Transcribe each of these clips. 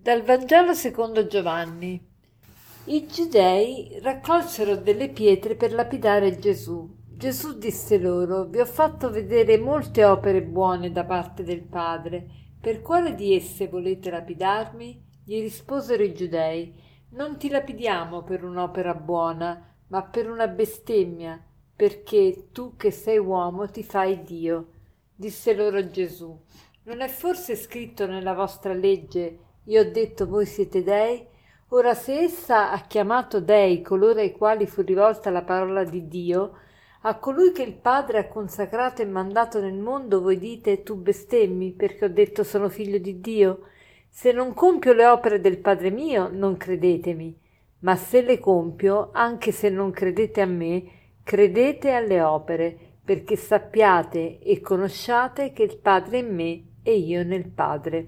Dal Vangelo secondo Giovanni. I giudei raccolsero delle pietre per lapidare Gesù. Gesù disse loro: Vi ho fatto vedere molte opere buone da parte del Padre. Per quale di esse volete lapidarmi? Gli risposero i giudei: Non ti lapidiamo per un'opera buona, ma per una bestemmia, perché tu che sei uomo ti fai Dio. Disse loro Gesù: Non è forse scritto nella vostra legge: Io ho detto voi siete dei? Ora se essa ha chiamato dei coloro ai quali fu rivolta la parola di Dio, a colui che il Padre ha consacrato e mandato nel mondo voi dite: Tu bestemmi, perché ho detto sono figlio di Dio? Se non compio le opere del Padre mio, non credetemi, ma se le compio, anche se non credete a me, credete alle opere, perché sappiate e conosciate che il Padre è in me e io nel Padre.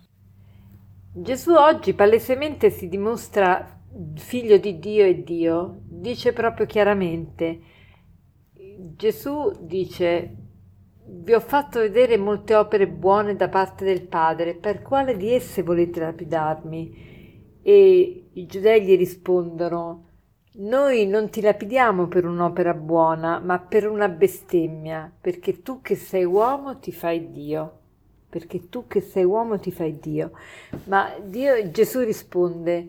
Gesù oggi palesemente si dimostra figlio di Dio e Dio, dice proprio chiaramente. Gesù dice: Vi ho fatto vedere molte opere buone da parte del Padre, per quale di esse volete lapidarmi? E i giudei gli rispondono: Noi non ti lapidiamo per un'opera buona, ma per una bestemmia, perché tu che sei uomo ti fai Dio. Perché tu che sei uomo ti fai Dio. Ma Gesù risponde: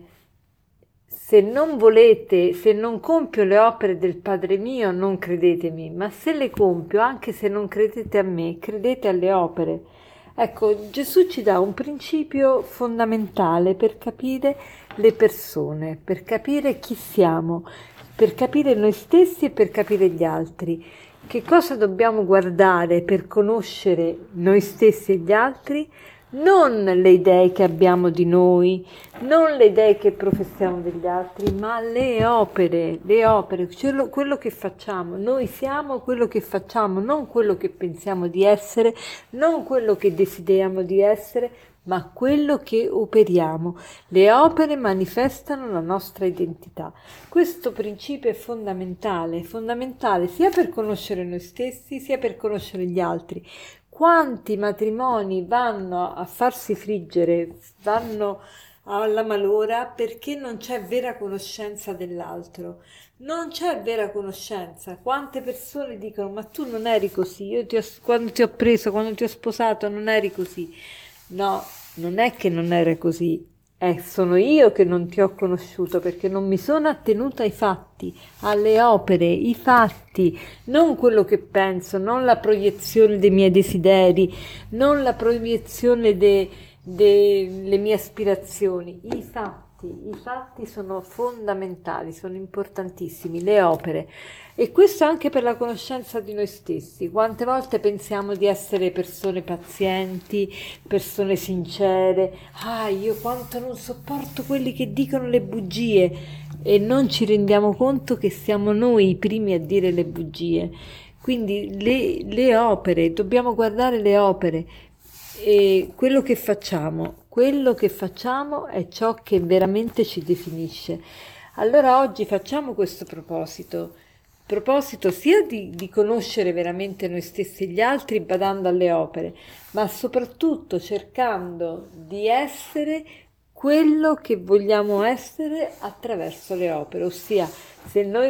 Se non volete, se non compio le opere del Padre mio, non credetemi, ma se le compio, anche se non credete a me, credete alle opere. Ecco, Gesù ci dà un principio fondamentale per capire le persone, per capire chi siamo, per capire noi stessi e per capire gli altri. Che cosa dobbiamo guardare per conoscere noi stessi e gli altri? Non le idee che abbiamo di noi, non le idee che professiamo degli altri, ma le opere, cioè quello che facciamo. Noi siamo quello che facciamo, non quello che pensiamo di essere, non quello che desideriamo di essere, ma quello che operiamo. Le opere manifestano la nostra identità. Questo principio è fondamentale sia per conoscere noi stessi, sia per conoscere gli altri. Quanti matrimoni vanno a farsi friggere, vanno alla malora perché non c'è vera conoscenza dell'altro. Non c'è vera conoscenza. Quante persone dicono: ma tu non eri così, quando ti ho preso, quando ti ho sposato non eri così. No, non è che non era così, sono io che non ti ho conosciuto perché non mi sono attenuta ai fatti, alle opere, i fatti, non quello che penso, non la proiezione dei miei desideri, non la proiezione delle mie aspirazioni, i fatti sono fondamentali, sono importantissimi, le opere. E questo anche per la conoscenza di noi stessi. Quante volte pensiamo di essere persone pazienti, persone sincere. Io quanto non sopporto quelli che dicono le bugie, e non ci rendiamo conto che siamo noi i primi a dire le bugie. Quindi le opere, dobbiamo guardare le opere e quello che facciamo è ciò che veramente ci definisce. Allora oggi facciamo questo proposito sia di conoscere veramente noi stessi e gli altri badando alle opere, ma soprattutto cercando di essere quello che vogliamo essere attraverso le opere, ossia se noi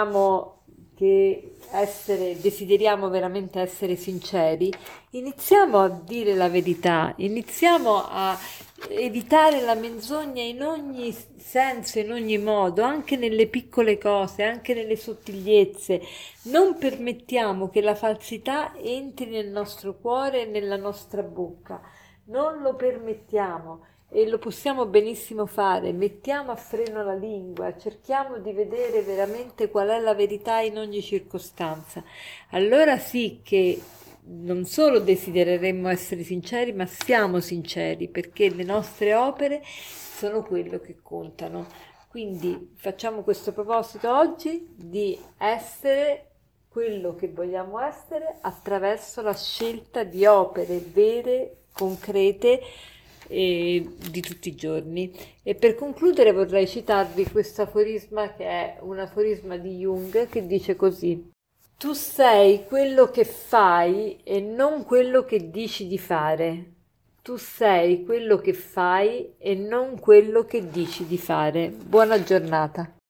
desideriamo veramente essere sinceri, iniziamo a dire la verità, iniziamo a evitare la menzogna in ogni senso, in ogni modo, anche nelle piccole cose, anche nelle sottigliezze. Non permettiamo che la falsità entri nel nostro cuore e nella nostra bocca. Non lo permettiamo. E lo possiamo benissimo fare, mettiamo a freno la lingua, cerchiamo di vedere veramente qual è la verità in ogni circostanza. Allora sì che non solo desidereremmo essere sinceri, ma siamo sinceri, perché le nostre opere sono quello che contano. Quindi facciamo questo proposito oggi di essere quello che vogliamo essere attraverso la scelta di opere vere, concrete, di tutti i giorni. E per concludere vorrei citarvi questo aforisma, che è un aforisma di Jung, che dice così: tu sei quello che fai e non quello che dici di fare. Tu sei quello che fai e non quello che dici di fare. Buona giornata.